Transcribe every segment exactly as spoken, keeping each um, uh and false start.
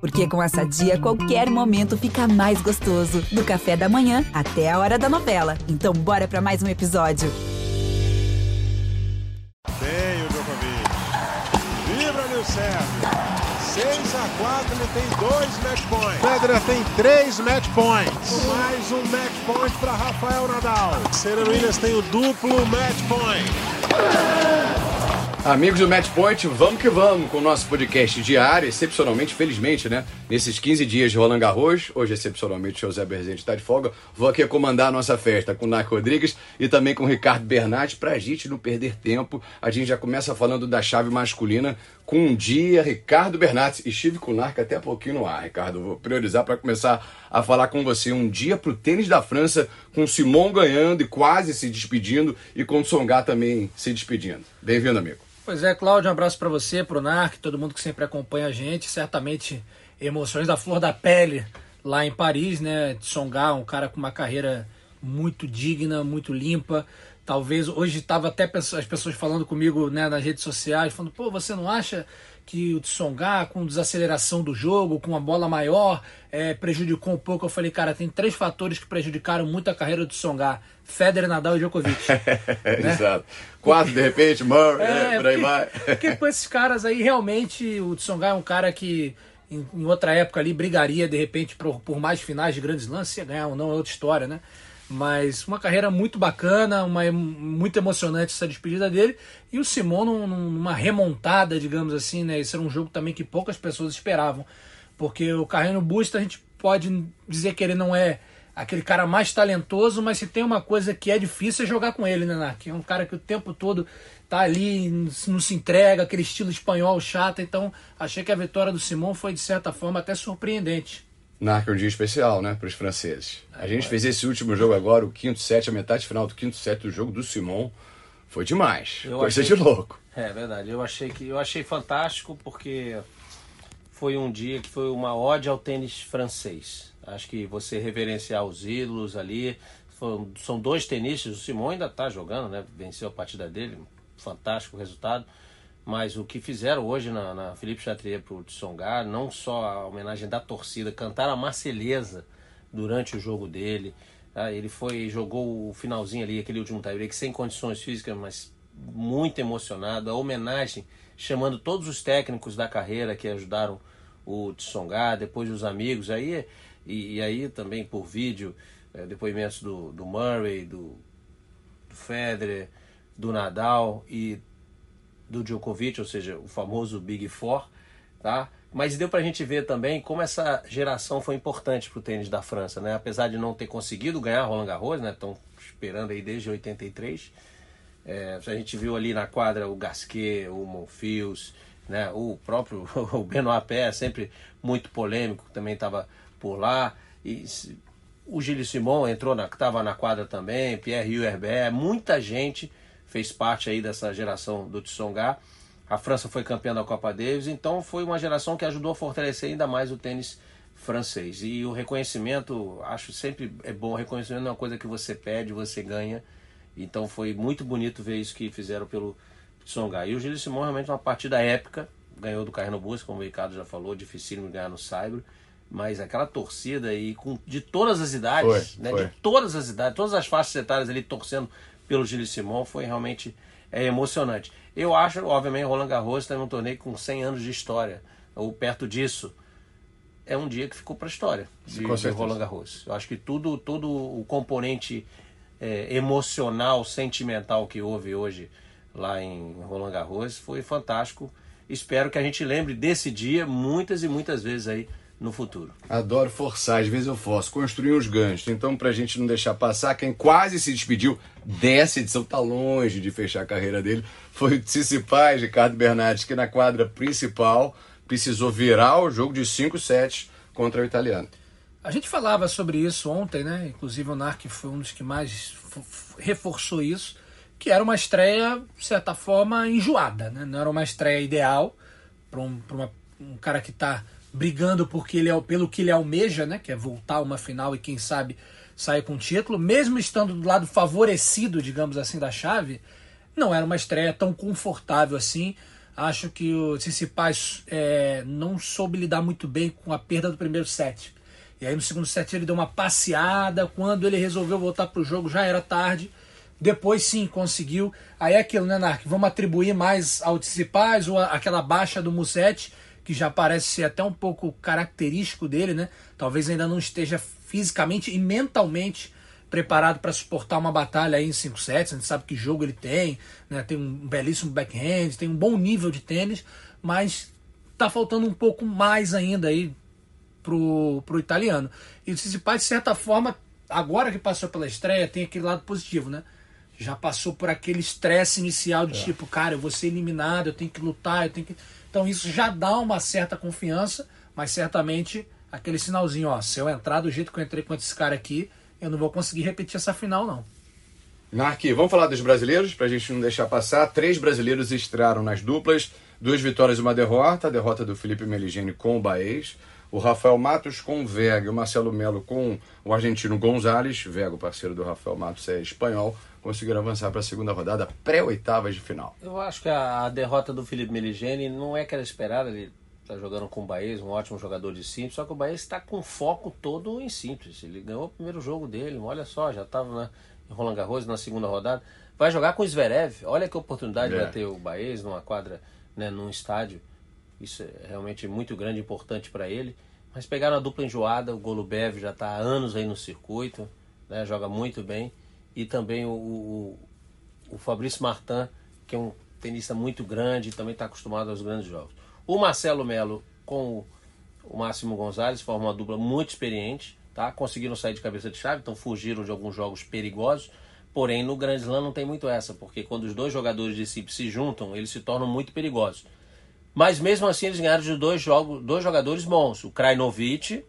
Porque com a Sadia, qualquer momento fica mais gostoso. Do café da manhã até a hora da novela. Então bora pra mais um episódio. Tem o Djokovic. Vibra, Nil Sérgio. seis a quatro, ele tem dois match points. Federer tem três match points. Mais um match point para Rafael Nadal. Serena Williams tem o duplo match point. Amigos do Match Point, vamos que vamos com o nosso podcast diário, excepcionalmente, felizmente, né? Nesses quinze dias de Roland Garros, hoje excepcionalmente o José Berzente está de folga, vou aqui comandar a nossa festa com o Narco Rodrigues e também com o Ricardo Bernardi, pra gente não perder tempo. A gente já começa falando da chave masculina com um dia, Ricardo Bernardi, e estive com o Narco até pouquinho no ar, Ricardo, vou priorizar para começar a falar com você. Um dia pro tênis da França, com o Simon ganhando e quase se despedindo e com o Tsonga também se despedindo. Bem-vindo, amigo. Pois é, Cláudio, um abraço para você, pro Narc, todo mundo que sempre acompanha a gente. Certamente emoções da flor da pele lá em Paris, né? Tsonga, um cara com uma carreira muito digna, muito limpa. Talvez hoje estava até as pessoas falando comigo, né, nas redes sociais, falando, pô, você não acha que o Tsonga, com desaceleração do jogo, com uma bola maior, é, prejudicou um pouco? Eu falei, cara, tem três fatores que prejudicaram muito a carreira do Tsonga: Federer, Nadal e Djokovic. Né? Exato. Quatro, de repente, Murray, é, né, por aí porque, vai. Porque com esses caras aí, realmente, o Tsonga é um cara que em, em outra época ali brigaria, de repente, por, por mais finais de grandes lances, se ia ganhar ou não é outra história, né? Mas uma carreira muito bacana, uma, muito emocionante essa despedida dele. E o Simon num, numa remontada, digamos assim, né? Esse era um jogo também que poucas pessoas esperavam. Porque o Carreño Busta, a gente pode dizer que ele não é aquele cara mais talentoso, mas se tem uma coisa que é difícil é jogar com ele, né, Narc? É um cara que o tempo todo tá ali, não se entrega, aquele estilo espanhol chato. Então achei que a vitória do Simon foi, de certa forma, até surpreendente. Narco é um dia especial, né, para os franceses. A gente fez esse último jogo agora, o quinto set, a metade final do quinto set do jogo do Simon. Foi demais. Eu Coisa de que... louco. É verdade. Eu achei que eu achei fantástico porque foi um dia que foi uma ode ao tênis francês. Acho que você reverenciar os ídolos ali. Foram, são dois tenistas. O Simon ainda está jogando, né? Venceu a partida dele. Fantástico resultado. Mas o que fizeram hoje na, na Philippe Chatrier para o Tsonga, não só a homenagem da torcida, cantaram a Marselhesa durante o jogo dele. Tá? Ele foi, jogou o finalzinho ali, aquele último tie-break, sem condições físicas, mas muito emocionado. A homenagem chamando todos os técnicos da carreira que ajudaram o Tsonga, depois os amigos. Aí, e, e aí também por vídeo, é, depoimentos do, do Murray, do, do Federer, do Nadal e do Djokovic, ou seja, o famoso Big Four, tá? Mas deu pra gente ver também como essa geração foi importante pro tênis da França, né? Apesar de não ter conseguido ganhar Roland Garros, né? Estão esperando aí desde oitenta e três. É, a gente viu ali na quadra o Gasquet, o Monfils, né? O próprio o Benoit Paire, sempre muito polêmico, também estava por lá. E o Gilles Simon entrou na, estava na quadra também, Pierre Herbert, muita gente fez parte aí dessa geração do Tsonga. A França foi campeã da Copa Davis, então foi uma geração que ajudou a fortalecer ainda mais o tênis francês. E o reconhecimento, acho sempre é bom, o reconhecimento não é uma coisa que você pede, você ganha. Então foi muito bonito ver isso que fizeram pelo Tsonga. E o Gilles Simon realmente uma partida épica, ganhou do Carreño Busta, como o Ricardo já falou, dificílimo ganhar no Saibro. Mas aquela torcida e com, de todas as idades, foi, né, foi. de todas as idades, todas as faixas etárias ali torcendo pelo Gilles Simon, foi realmente é, emocionante. Eu acho, obviamente, Roland Garros tem um torneio com cem anos de história, ou perto disso. É um dia que ficou para a história de, de Roland Garros. Eu acho que tudo, todo o componente é, emocional, sentimental que houve hoje lá em Roland Garros foi fantástico. Espero que a gente lembre desse dia muitas e muitas vezes aí no futuro. Adoro forçar, às vezes eu forço, construir uns ganchos. Então, pra gente não deixar passar, quem quase se despediu dessa edição, tá longe de fechar a carreira dele, foi o Tsitsipas, Ricardo Bernardi, que na quadra principal precisou virar o jogo de cinco sets contra o italiano. A gente falava sobre isso ontem, né? Inclusive o Narc foi um dos que mais reforçou isso, que era uma estreia, de certa forma, enjoada, né? Não era uma estreia ideal para um, pra uma, um cara que está brigando porque ele é, pelo que ele almeja, né? Que é voltar a uma final e quem sabe sair com título, mesmo estando do lado favorecido, digamos assim, da chave. Não era uma estreia tão confortável assim. Acho que o Tsitsipas é, não soube lidar muito bem com a perda do primeiro set. E aí no segundo set ele deu uma passeada. Quando ele resolveu voltar pro jogo já era tarde. Depois sim, conseguiu. Aí é aquilo, né, Nark? Vamos atribuir mais ao Tsitsipas ou a, aquela baixa do Musetti, que já parece ser até um pouco característico dele, né? Talvez ainda não esteja fisicamente e mentalmente preparado para suportar uma batalha aí em cinco sets. A gente sabe que jogo ele tem, né? Tem um belíssimo backhand, tem um bom nível de tênis, mas tá faltando um pouco mais ainda aí pro, pro italiano. E o Tsitsipas, de certa forma, agora que passou pela estreia, tem aquele lado positivo, né? Já passou por aquele estresse inicial de é. tipo, cara, eu vou ser eliminado, eu tenho que lutar, eu tenho que... Então isso já dá uma certa confiança, mas certamente aquele sinalzinho, ó, se eu entrar do jeito que eu entrei com esse cara aqui, eu não vou conseguir repetir essa final, não. Nark, vamos falar dos brasileiros, pra gente não deixar passar. Três brasileiros estrearam nas duplas, duas vitórias e uma derrota. A derrota do Felipe Meligeni com o Baez, o Rafael Matos com o Vega, o Marcelo Melo com o argentino Gonzalez. Vega, o parceiro do Rafael Matos, é espanhol. Conseguiram avançar para a segunda rodada, pré-oitavas de final. Eu acho que a, a derrota do Felipe Meligeni não é que era esperada. Ele está jogando com o Baez, um ótimo jogador de simples, só que o Baez está com foco todo em simples. Ele ganhou o primeiro jogo dele, olha só, já estava em Roland Garros na segunda rodada. Vai jogar com o Zverev, olha que oportunidade é. vai ter o Baez numa quadra, né, num estádio. Isso é realmente muito grande, importante para ele. Mas pegaram a dupla enjoada, o Golubev já está há anos aí no circuito, né, joga muito bem. E também o, o, o Fabrício Martin, que é um tenista muito grande e também está acostumado aos grandes jogos. O Marcelo Melo com o, o Máximo Gonzalez formam uma dupla muito experiente, tá? Conseguiram sair de cabeça de chave, então fugiram de alguns jogos perigosos. Porém, no Grand Slam não tem muito essa, porque quando os dois jogadores de simples se juntam, eles se tornam muito perigosos. Mas mesmo assim eles ganharam de dois, jogos, dois jogadores bons, o Krajinovic,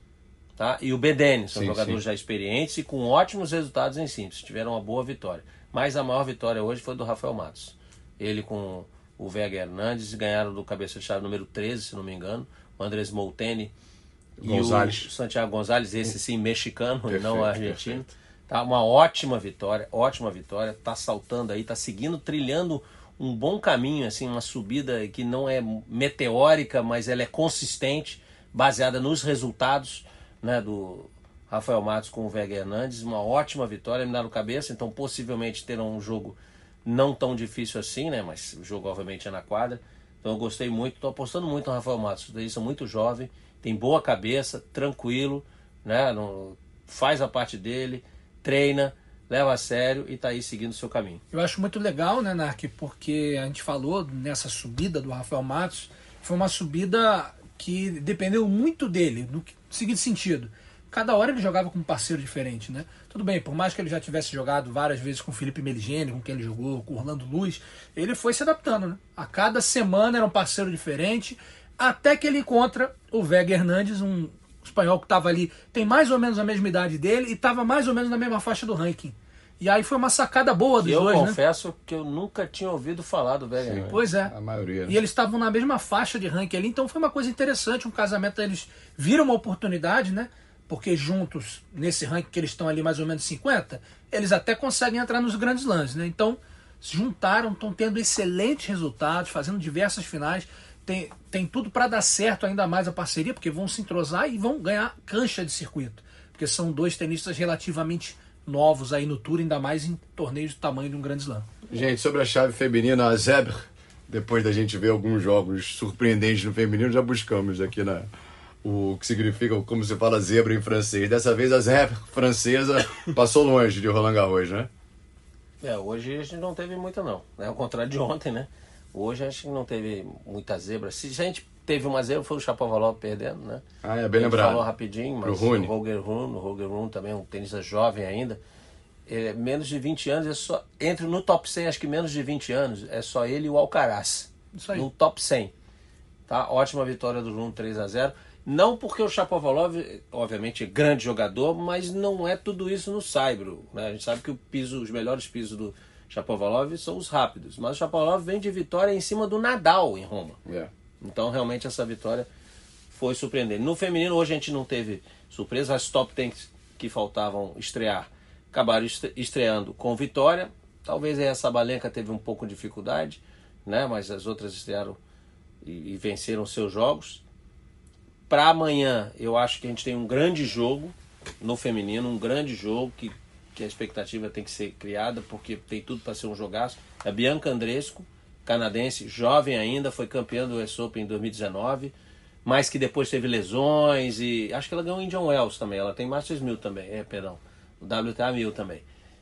tá? E o Bedene, são sim, jogadores sim. já experientes e com ótimos resultados em simples, tiveram uma boa vitória. Mas a maior vitória hoje foi do Rafael Matos. Ele com o Vega Hernandes ganharam do cabeça de chave número treze, se não me engano, o Andrés Molteni Gonzalez. E o Santiago Gonzalez, esse sim mexicano, perfeito, não argentino. Perfeito. Tá, uma ótima vitória, ótima vitória, tá saltando aí, tá seguindo, trilhando um bom caminho, assim, uma subida que não é meteórica, mas ela é consistente, baseada nos resultados, né, do Rafael Matos com o Vega Hernandes. Uma ótima vitória, eliminaram cabeça, então possivelmente terão um jogo não tão difícil assim, né, mas o jogo obviamente é na quadra. Então eu gostei muito, estou apostando muito no Rafael Matos, eles são muito jovem, tem boa cabeça, tranquilo, né, não, faz a parte dele, treina, leva a sério e está aí seguindo o seu caminho. Eu acho muito legal, né, Nark, porque a gente falou nessa subida do Rafael Matos, foi uma subida que dependeu muito dele, no seguinte sentido. Cada hora ele jogava com um parceiro diferente, né? Tudo bem, por mais que ele já tivesse jogado várias vezes com o Felipe Meligeni, com quem ele jogou, com o Orlando Luz, ele foi se adaptando, né? A cada semana era um parceiro diferente, até que ele encontra o Vega Hernandes, um espanhol que estava ali, tem mais ou menos a mesma idade dele e estava mais ou menos na mesma faixa do ranking. E aí foi uma sacada boa dos eu dois, né? Eu confesso que eu nunca tinha ouvido falar do Vega Hernandes. Pois é. A maioria. E eles estavam na mesma faixa de ranking ali, então foi uma coisa interessante, um casamento, eles viram uma oportunidade, né? Porque juntos, nesse ranking que eles estão ali mais ou menos cinquenta, eles até conseguem entrar nos grandes lances, né? Então, se juntaram, estão tendo excelentes resultados, fazendo diversas finais, tem, tem tudo para dar certo ainda mais a parceria, porque vão se entrosar e vão ganhar cancha de circuito, porque são dois tenistas relativamente novos aí no Tour, ainda mais em torneios do tamanho de um grande slam. Gente, sobre a chave feminina, a Zebra, depois da gente ver alguns jogos surpreendentes no feminino, já buscamos aqui na... o que significa, como se fala zebra em francês. Dessa vez a zebra francesa passou longe de Roland Garros, né? É, hoje a gente não teve muita não, né? Ao contrário de ontem, né? Hoje acho que não teve muita zebra. Se a gente teve uma zebra, foi o Shapovalov perdendo, né? Ah, é bem lembrado. Falou rapidinho, mas o Holger Rune, o Holger Rune também é um tenista jovem ainda. É, menos de vinte anos, é só, entre no top cem, acho que menos de vinte anos, é só ele e o Alcaraz. Isso aí. No top cem. Tá? Ótima vitória do Rune, três a zero. Não porque o Shapovalov, obviamente, é grande jogador, mas não é tudo isso no saibro, né? A gente sabe que o piso, os melhores pisos do Shapovalov são os rápidos, mas o Shapovalov vem de vitória em cima do Nadal em Roma. Yeah. Então, realmente, essa vitória foi surpreendente. No feminino, hoje a gente não teve surpresa, as top dez que faltavam estrear acabaram estreando com vitória. Talvez aí a Sabalenka teve um pouco de dificuldade, né? Mas as outras estrearam e, e venceram seus jogos. Para amanhã, eu acho que a gente tem um grande jogo no feminino, um grande jogo que, que a expectativa tem que ser criada, porque tem tudo para ser um jogaço. A Bianca Andreescu, canadense, jovem ainda, foi campeã do U S Open em dois mil e dezenove, mas que depois teve lesões e acho que ela ganhou o Indian Wells também, ela tem Masters mil também, é, perdão, o W T A mil também.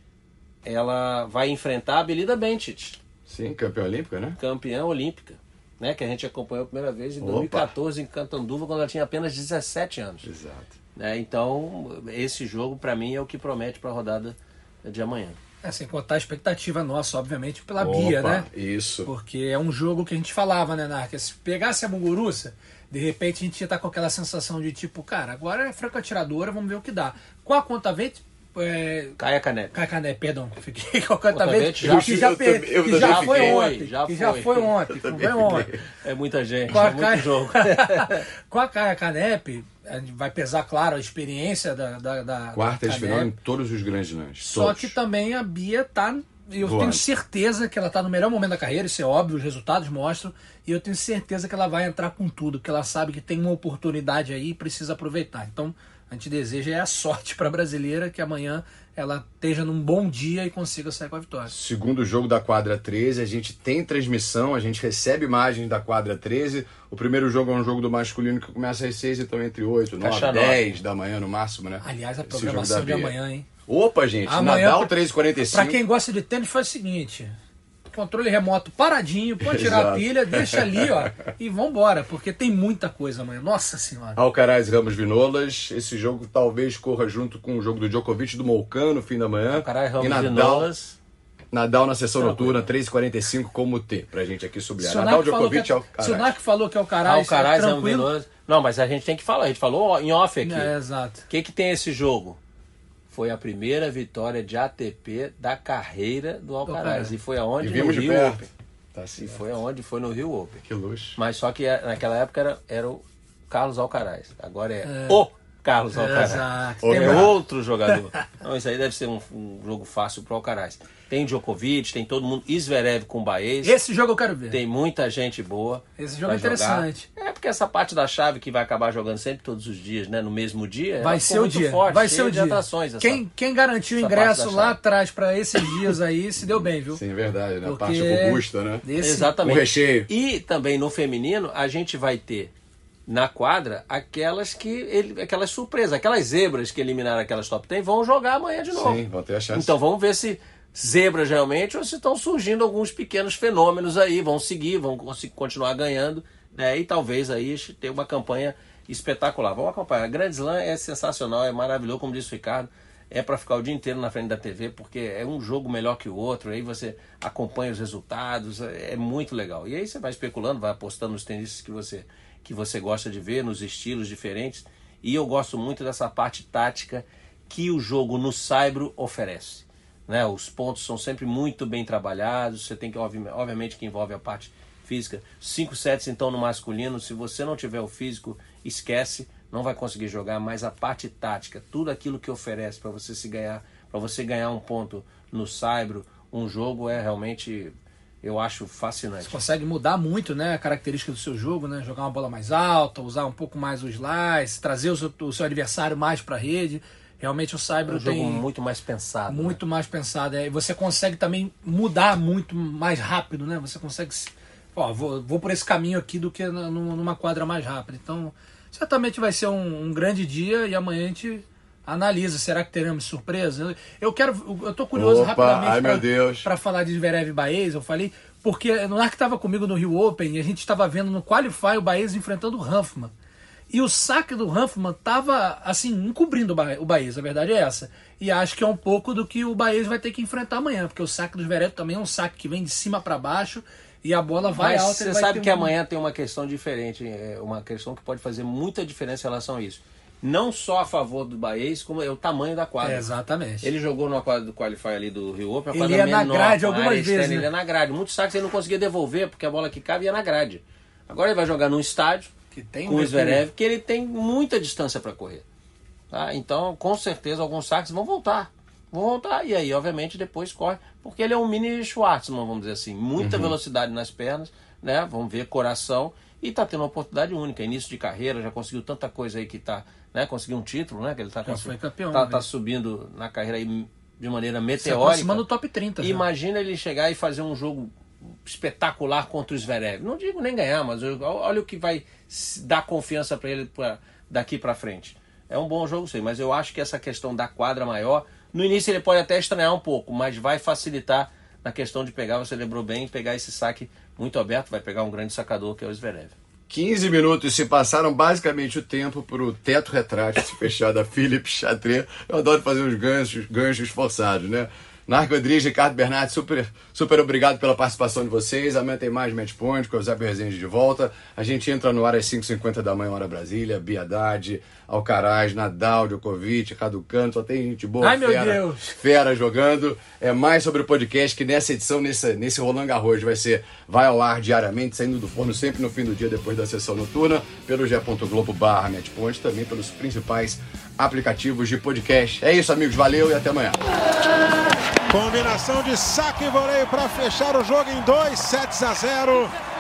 Ela vai enfrentar a Belinda Bencic. Sim, campeã olímpica, né? Campeã olímpica, né? Que a gente acompanhou a primeira vez em Opa. dois mil e quatorze em Catanduva, quando ela tinha apenas dezessete anos. Exato. Né? Então, esse jogo, para mim, é o que promete para a rodada de amanhã. É, sem contar a expectativa nossa, obviamente, pela Opa, Bia, né? Isso. Porque é um jogo que a gente falava, né, Narca? Se pegasse a Muguruça, de repente a gente ia estar com aquela sensação de tipo, cara, agora é franca atiradora, vamos ver o que dá. Com a conta vinte, é... Caia Canepe. Caia Canepe, perdão. Fiquei com a conta vinte, já- que já, eu per- também- eu que já também foi fiquei. ontem. Já que já foi. foi ontem. que Foi ontem. É muita gente, Com a é muito Caia- jogo. Com a Caia Canepe, a gente vai pesar, claro, a experiência da, da, da Quartas da de final em Canepe. todos os grandes lãs. Só todos. que também a Bia tá. Eu Voando. tenho certeza que ela tá no melhor momento da carreira, isso é óbvio, os resultados mostram. E eu tenho certeza que ela vai entrar com tudo, porque ela sabe que tem uma oportunidade aí e precisa aproveitar. Então, a gente deseja é a sorte para a brasileira, que amanhã ela esteja num bom dia e consiga sair com a vitória. Segundo jogo da quadra treze, a gente tem transmissão, a gente recebe imagens da quadra treze. O primeiro jogo é um jogo do masculino que começa às seis, então entre oito, nove, Caixa dez da manhã no máximo, né? Aliás, a Esse jogo programação da de Bia. amanhã, hein? Opa, gente, Amanhã, Nadal pra- treze e quarenta e cinco. Pra quem gosta de tênis, faz o seguinte: controle remoto paradinho, pode tirar Exato. a pilha, deixa ali, ó, e vambora, porque tem muita coisa amanhã. Nossa Senhora. Alcaraz Ramos Vinolas, esse jogo talvez corra junto com o jogo do Djokovic do Molcano no fim da manhã. Alcaraz, Ramos e de Nadal, Nolas. Nadal na sessão Tranquilo. noturna, treze e quarenta e cinco como T, pra gente aqui sublinhar. Se o Nadal, Narc falou que Djokovic e é- Alcaraz. se o Narc falou que é o Alcaraz, Alcaraz, é Ramos tranquilo. Vinolas. Não, mas a gente tem que falar, a gente falou em off aqui. É, exato. O que, que tem esse jogo? Foi a primeira vitória de A T P da carreira do Alcaraz. Alcaraz. E foi aonde? E No vimos de Rio perto. Open. Tá E certo. foi aonde? Foi no Rio Open. Que luxo. Mas só que é- naquela época era, era o Carlos Alcaraz. Agora é, o Carlos Alcaraz. Exato. Ô, É cara. outro jogador. Então isso aí deve ser um, um jogo fácil pro Alcaraz. Tem Djokovic, tem todo mundo. Zverev com Baez. Esse jogo eu quero ver. Tem muita gente boa. Esse jogo pra é interessante. jogar. É porque essa parte da chave que vai acabar jogando sempre todos os dias, né? No mesmo dia. Vai ela ser ficou o muito dia. Forte, Vai cheia ser o de dia. atrações. Essa, Quem, quem garantiu o essa parte ingresso da lá chave. atrás pra esses dias aí se deu bem, viu? Sim, verdade, né? A Porque parte robusta, né? Esse- Exatamente. Com recheio. E também no feminino, a gente vai ter na quadra aquelas que ele, aquelas surpresas, aquelas zebras que eliminaram aquelas top dez vão jogar amanhã de novo. Sim, vão ter a chance. Então vamos ver se zebras realmente ou se estão surgindo alguns pequenos fenômenos aí, vão seguir, vão conseguir continuar ganhando, né? E talvez aí ter uma campanha espetacular. Vamos acompanhar. A Grand Slam é sensacional, é maravilhoso, como disse o Ricardo. É para ficar o dia inteiro na frente da T V, porque é um jogo melhor que o outro, aí você acompanha os resultados, é muito legal. E aí você vai especulando, vai apostando nos tenistas que você, que você gosta de ver, nos estilos diferentes. E eu gosto muito dessa parte tática que o jogo no saibro oferece. Né? Os pontos são sempre muito bem trabalhados, você tem que, obvi- obviamente, que envolve a parte física. Cinco sets, então, no masculino, se você não tiver o físico, esquece, não vai conseguir jogar, mas a parte tática, tudo aquilo que oferece para você se ganhar, para você ganhar um ponto no saibro, um jogo é realmente, eu acho fascinante. Você consegue mudar muito, né, a característica do seu jogo, né? Jogar uma bola mais alta, usar um pouco mais o slice, trazer o seu, o seu adversário mais para a rede. Realmente o É Saibro um jogo tem muito mais pensado. né? muito mais pensado. É, e você consegue também mudar muito mais rápido, né? Você consegue, se- ó, vou, vou por esse caminho aqui do que na- numa numa quadra mais rápida. Então, certamente vai ser um, um grande dia e amanhã a gente analisa. Será que teremos surpresa? Eu, eu quero, eu tô curioso Opa, rapidamente ai, pra- meu Deus. pra falar de Zverev e Baez. Eu falei porque no ar que estava comigo no Rio Open e a gente estava vendo no Qualify o Baez enfrentando o Hanfmann. E o saque do Hanfmann tava, assim, encobrindo o Ba- o Baez, a verdade é essa. E acho que é um pouco do que o Baez vai ter que enfrentar amanhã, porque o saque do Zverev também é um saque que vem de cima para baixo e a bola vai Mas alta. você ele vai sabe ter que um- amanhã tem uma questão diferente, é uma questão que pode fazer muita diferença em relação a isso. Não só a favor do Baez, como é o tamanho da quadra. É, exatamente. Ele jogou numa quadra do Qualify ali do Rio Open, a Ele quadra ia na menor, grade com a algumas área externa, vezes, né? Ele ia na grade. Muitos saques ele não conseguia devolver, porque a bola que cabe ia na grade. Agora ele vai jogar num estádio Que tem um com o recuo. Zverev, que ele tem muita distância para correr. Tá? Então, com certeza, alguns saques vão voltar. vão voltar. E aí, obviamente, depois corre. Porque ele é um mini Schwartzman, vamos dizer assim. Muita uhum. velocidade nas pernas, né? Vamos ver coração. E tá tendo uma oportunidade única. Início de carreira, já conseguiu tanta coisa aí que tá... Né? Conseguiu um título, né? Que ele tá, já foi campeão, tá, né? tá subindo na carreira aí de maneira meteórica. Se aproximando do top trinta. Imagina já. Ele chegar e fazer um jogo espetacular contra o Zverev. Não digo nem ganhar, mas olha o que vai dar confiança para ele pra, daqui para frente. É um bom jogo, sim, mas eu acho que essa questão da quadra maior, no início ele pode até estranhar um pouco, mas vai facilitar na questão de pegar, você lembrou bem, pegar esse saque muito aberto, vai pegar um grande sacador que é o Zverev. quinze minutos se passaram basicamente o tempo para o teto retrátil se fechar da Philippe Chatrier. Eu adoro fazer uns ganchos, ganchos forçados, né? Narco Rodrigues, Ricardo Bernardi, super, super obrigado pela participação de vocês. Amanhã tem mais Match Point com o Eusébio Rezende de volta. A gente entra no ar às cinco e cinquenta da manhã, hora Brasília. Bia Haddad, Alcaraz, Nadal, Djokovic, Raducanu. Só tem gente boa, Ai, fera, meu Deus. fera jogando. É mais sobre o podcast que nessa edição, nesse, nesse Roland Garros, vai ser vai ao ar diariamente, saindo do forno sempre no fim do dia, depois da sessão noturna, pelo g ponto globo barra Match Point, também pelos principais aplicativos de podcast. É isso, amigos. Valeu e até amanhã. Combinação de saque e voleio para fechar o jogo em dois sets a zero.